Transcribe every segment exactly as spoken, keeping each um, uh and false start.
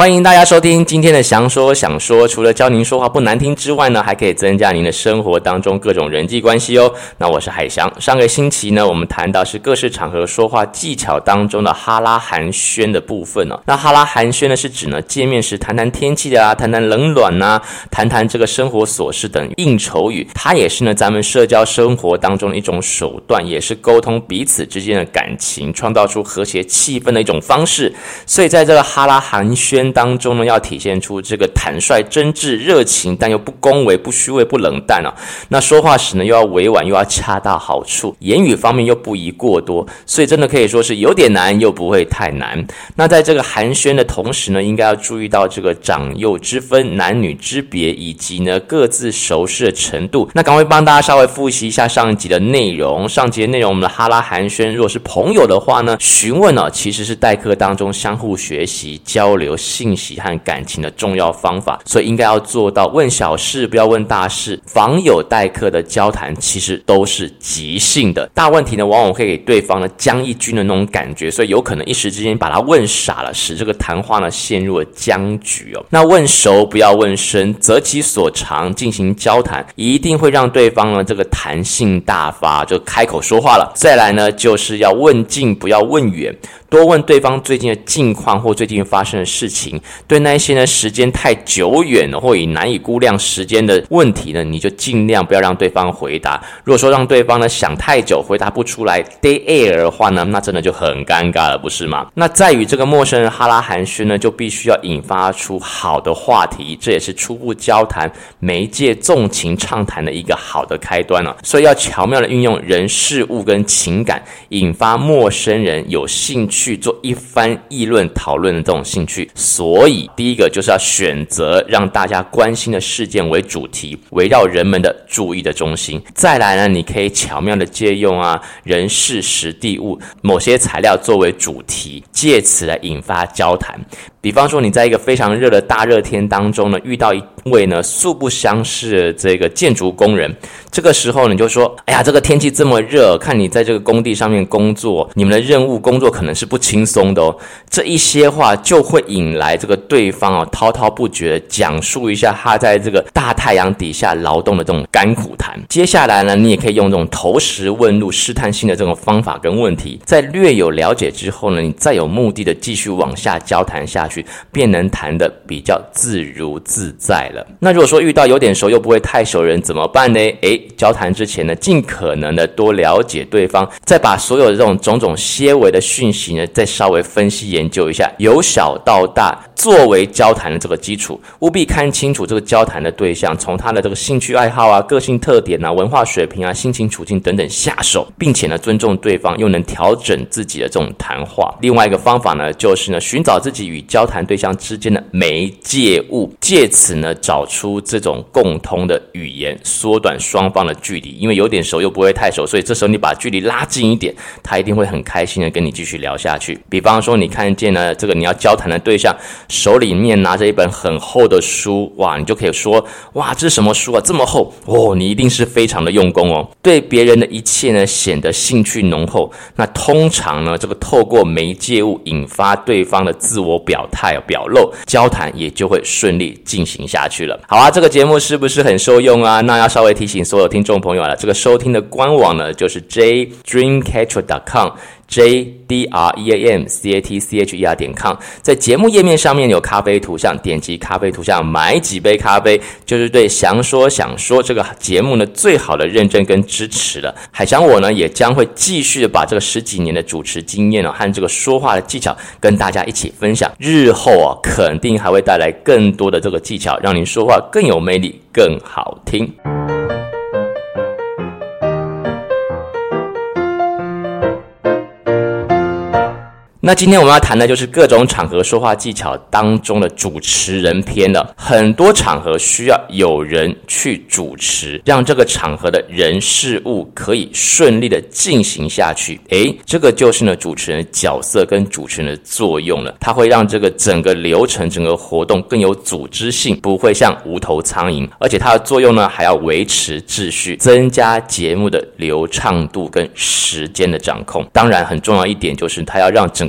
欢迎大家收听今天的想说想说，除了教您说话不难听之外呢，还可以增加您的生活当中各种人际关系哦。那我是海翔。上个星期呢，我们谈到是各式场合说话技巧当中的哈拉寒暄的部分哦。那哈拉寒暄呢，是指呢见面时谈谈天气的啊，谈谈冷暖啊，谈谈这个生活琐事等应酬语。它也是呢咱们社交生活当中的一种手段，也是沟通彼此之间的感情，创造出和谐气氛的一种方式。所以在这个哈拉寒暄当中呢，要体现出这个坦率、真挚、热情，但又不恭维、不虚伪、不冷淡啊。那说话时呢，又要委婉，又要恰到好处，言语方面又不宜过多，所以真的可以说是有点难，又不会太难。那在这个寒暄的同时呢，应该要注意到这个长幼之分、男女之别，以及呢各自熟识的程度。那赶快帮大家稍微复习一下上一集的内容。上集的内容，我们的哈拉寒暄，如果是朋友的话呢，询问呢其实是代课当中相互学习、交流信息和感情的重要方法，所以应该要做到问小事不要问大事。访友代课的交谈其实都是即兴的，大问题呢往往会给对方呢僵一军的那种感觉，所以有可能一时之间把他问傻了，使这个谈话呢陷入了僵局哦。那问熟不要问深，择其所长进行交谈，一定会让对方呢这个弹性大发，就开口说话了。再来呢就是要问近不要问远，多问对方最近的近况或最近发生的事情。对那些呢时间太久远了或以难以估量时间的问题呢，你就尽量不要让对方回答。如果说让对方呢想太久回答不出来 dead air 的话呢，那真的就很尴尬了，不是吗？那在与这个陌生人哈拉寒暄呢，就必须要引发出好的话题，这也是初步交谈媒介纵情畅谈的一个好的开端了。所以要巧妙的运用人事物跟情感，引发陌生人有兴趣去做一番议论讨论的这种兴趣。所以第一个就是要选择让大家关心的事件为主题，围绕人们的注意的中心。再来呢，你可以巧妙的借用啊人事时地物某些材料作为主题，借此来引发交谈。比方说你在一个非常热的大热天当中呢，遇到一位呢素不相识的这个建筑工人，这个时候你就说，哎呀，这个天气这么热，看你在这个工地上面工作，你们的任务工作可能是不轻松的哦。这一些话就会引来这个对方哦滔滔不绝的讲述一下他在这个大太阳底下劳动的这种甘苦谈。接下来呢，你也可以用这种投石问路、试探性的这种方法跟问题，在略有了解之后呢，你再有目的的继续往下交谈下去，便能谈得比较自如自在了。那如果说遇到有点熟又不会太熟人怎么办呢？诶，交谈之前呢，尽可能的多了解对方，再把所有的这种种种些微的讯息呢，再稍微分析研究一下，由小到大作为交谈的这个基础。务必看清楚这个交谈的对象，从他的这个兴趣爱好啊、个性特点啊、文化水平啊、心情处境等等下手，并且呢尊重对方，又能调整自己的这种谈话。另外一个方法呢，就是呢寻找自己与交谈对象之间的媒介物，借此呢找出这种共通的语言，缩短双方的距离。因为有点熟又不会太熟，所以这时候你把距离拉近一点，他一定会很开心的跟你继续聊下去。比方说你看见呢这个你要交谈的对象手里面拿着一本很厚的书，哇，你就可以说，哇，这是什么书啊，这么厚哦，你一定是非常的用功哦。对别人的一切呢显得兴趣浓厚，那通常呢这个透过媒介物引发对方的自我表态表露，交谈也就会顺利进行下去了。好啊，这个节目是不是很受用啊？那要稍微提醒所有听众朋友了，这个收听的官网呢就是 j dreamcatcher dot com j d r e a m c a t c h e r 点 com， 在节目页面上面有咖啡图像，点击咖啡图像买几杯咖啡，就是对想说想说这个节目呢最好的认证跟支持了。海翔我呢也将会继续的把这个十几年的主持经验、哦、和这个说话的技巧跟大家一起分享，日后啊肯定还会带来更多的这个技巧，让您说话更有魅力，更好听。那今天我们要谈的就是各种场合说话技巧当中的主持人篇了。很多场合需要有人去主持，让这个场合的人事物可以顺利的进行下去。诶，这个就是呢主持人的角色跟主持人的作用了，它会让这个整个流程、整个活动更有组织性，不会像无头苍蝇。而且它的作用呢还要维持秩序，增加节目的流畅度跟时间的掌控。当然很重要一点就是它要让整个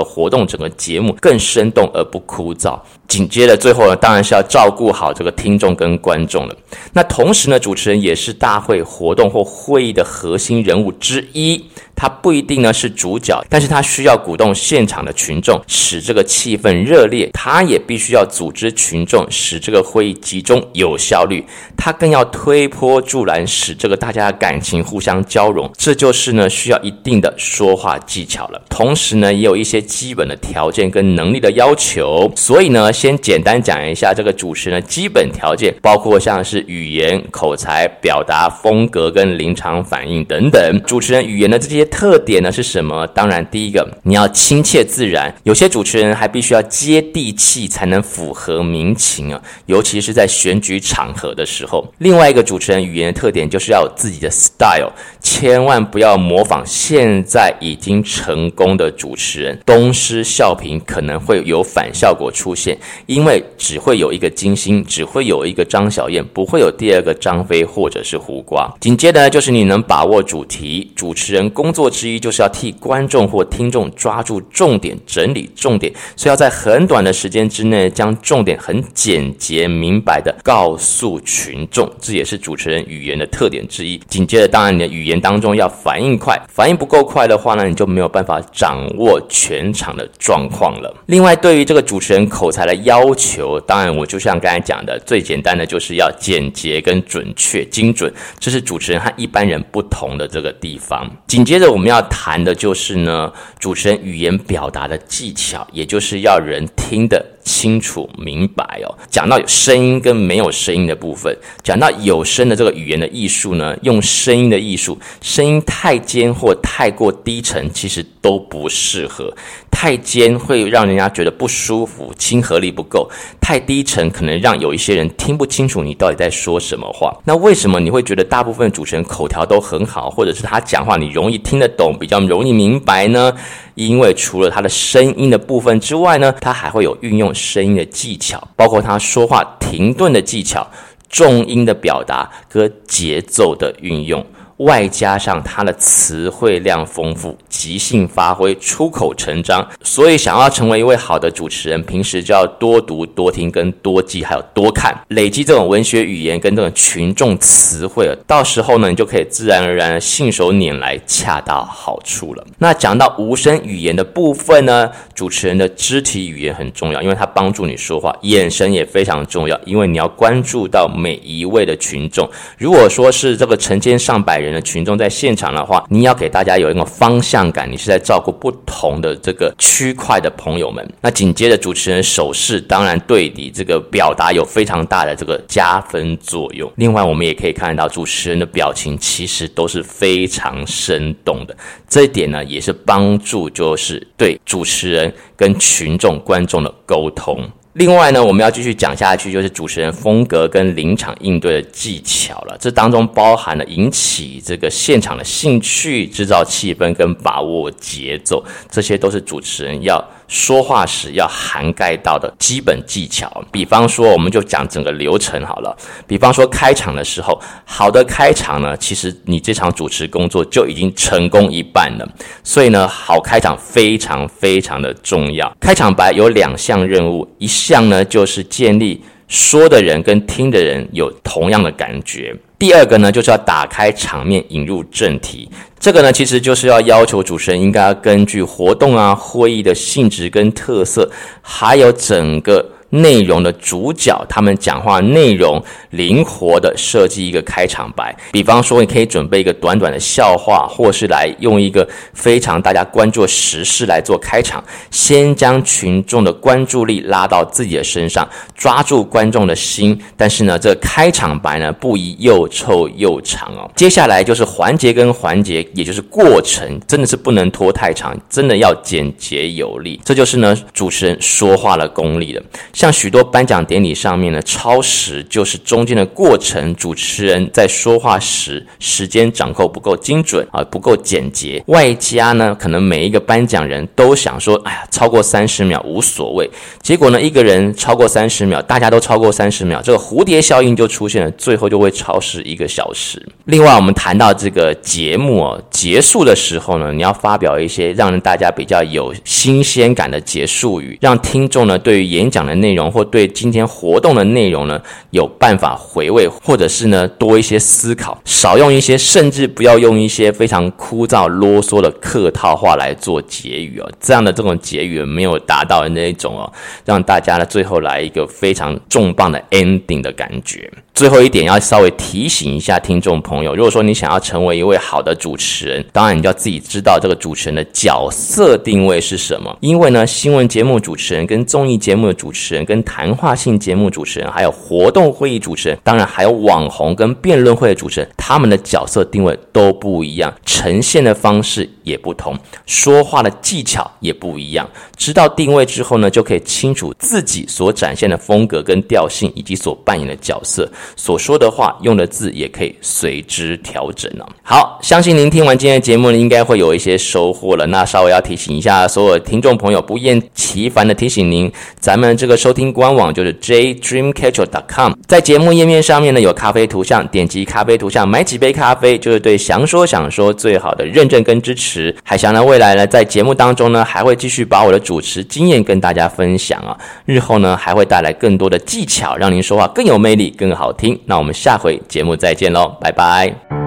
个活动、整个节目更生动而不枯燥。紧接着最后呢，当然是要照顾好这个听众跟观众了。那同时呢，主持人也是大会活动或会议的核心人物之一，他不一定呢是主角，但是他需要鼓动现场的群众，使这个气氛热烈，他也必须要组织群众，使这个会议集中有效率，他更要推波助澜，使这个大家的感情互相交融，这就是呢需要一定的说话技巧了。同时呢，也有一些基本的条件跟能力的要求，所以呢先简单讲一下这个主持人的基本条件，包括像是语言、口才、表达、风格跟临场反应等等。主持人语言的这些特点呢是什么？当然第一个，你要亲切自然，有些主持人还必须要接地气才能符合民情啊，尤其是在选举场合的时候。另外一个主持人语言的特点就是要有自己的 style， 千万不要模仿现在已经成功的主持人，东施效颦可能会有反效果出现，因为只会有一个金星，只会有一个张小燕，不会有第二个张飞或者是胡瓜。紧接着呢，就是你能把握主题，主持人工作之一就是要替观众或听众抓住重点，整理重点，所以要在很短的时间之内将重点很简洁明白的告诉群众，这也是主持人语言的特点之一。紧接着当然你的语言当中要反应快，反应不够快的话呢，你就没有办法掌握全场的状况了。另外对于这个主持人口才的要求，当然我就像刚才讲的，最简单的就是要简洁跟准确精准，这是主持人和一般人不同的这个地方。紧接着我们要谈的就是呢，主持人语言表达的技巧，也就是要人听得清楚明白哦。讲到有声音跟没有声音的部分，讲到有声的这个语言的艺术呢，用声音的艺术，声音太尖或太过低沉其实都不适合。太尖会让人家觉得不舒服，亲和力不够，太低沉可能让有一些人听不清楚你到底在说什么话。那为什么你会觉得大部分主持人口条都很好，或者是他讲话你容易听得懂，比较容易明白呢？因为除了他的声音的部分之外呢，他还会有运用声音的技巧，包括他说话停顿的技巧、重音的表达跟节奏的运用，外加上他的词汇量丰富，即兴发挥，出口成章。所以想要成为一位好的主持人，平时就要多读多听跟多记，还有多看，累积这种文学语言跟这种群众词汇，到时候呢你就可以自然而然的信手拈来，恰到好处了。那讲到无声语言的部分呢，主持人的肢体语言很重要，因为它帮助你说话，眼神也非常重要，因为你要关注到每一位的群众。如果说是这个成千上百人的群众在现场的话，你要给大家有一个方向感，你是在照顾不同的这个区块的朋友们。那紧接着主持人手势当然对你这个表达有非常大的这个加分作用。另外我们也可以看到主持人的表情其实都是非常生动的，这一点呢也是帮助就是对主持人跟群众观众的沟通。另外呢，我们要继续讲下去，就是主持人风格跟临场应对的技巧了。这当中包含了引起这个现场的兴趣、制造气氛跟把握节奏，这些都是主持人要说话时要涵盖到的基本技巧。比方说，我们就讲整个流程好了。比方说开场的时候，好的开场呢，其实你这场主持工作就已经成功一半了。所以呢，好开场非常非常的重要。开场白有两项任务，一项呢就是建立说的人跟听的人有同样的感觉，第二个呢就是要打开场面，引入正题。这个呢其实就是要要求主持人应该要根据活动啊、会议的性质跟特色，还有整个内容的主角他们讲话内容，灵活的设计一个开场白。比方说你可以准备一个短短的笑话，或是来用一个非常大家关注的时事来做开场，先将群众的关注力拉到自己的身上，抓住观众的心。但是呢，这个开场白呢不宜又臭又长哦。接下来就是环节跟环节，也就是过程，真的是不能拖太长，真的要简洁有力。这就是呢主持人说话的功力了。 像许多颁奖典礼上面呢，超时就是中间的过程，主持人在说话时时间掌控不够精准啊，不够简洁，外加呢可能每一个颁奖人都想说，哎呀，超过三十秒无所谓，结果呢一个人超过三十秒，大家都超过三十秒，这个蝴蝶效应就出现了，最后就会超时一个小时。另外我们谈到这个节目哦，结束的时候呢，你要发表一些让大家比较有新鲜感的结束语，让听众呢对于演讲的内容或对今天活动的内容呢有办法回味，或者是呢多一些思考，少用一些，甚至不要用一些非常枯燥啰嗦的客套话来做结语哦。这样的这种结语没有达到那一种哦，让大家呢最后来一个非常重磅的 ending 的感觉。最后一点要稍微提醒一下听众朋友，如果说你想要成为一位好的主持人，当然你就要自己知道这个主持人的角色定位是什么。因为呢，新闻节目主持人跟综艺节目的主持人跟谈话性节目主持人，还有活动会议主持人，当然还有网红跟辩论会的主持人，他们的角色定位都不一样，呈现的方式也不同，说话的技巧也不一样。知道定位之后呢，就可以清楚自己所展现的风格跟调性，以及所扮演的角色，所说的话用的字也可以随之调整哦。好，相信您听完今天的节目呢，应该会有一些收获了。那稍微要提醒一下所有听众朋友，不厌其烦的提醒您，咱们这个收听官网就是 j dream catcher dot com， 在节目页面上面呢有咖啡图像，点击咖啡图像买几杯咖啡，就是对想说想说最好的认证跟支持。海翔呢未来呢在节目当中呢还会继续把我的主持经验跟大家分享啊，日后呢还会带来更多的技巧，让您说话更有魅力更好听。那我们下回节目再见咯，拜拜。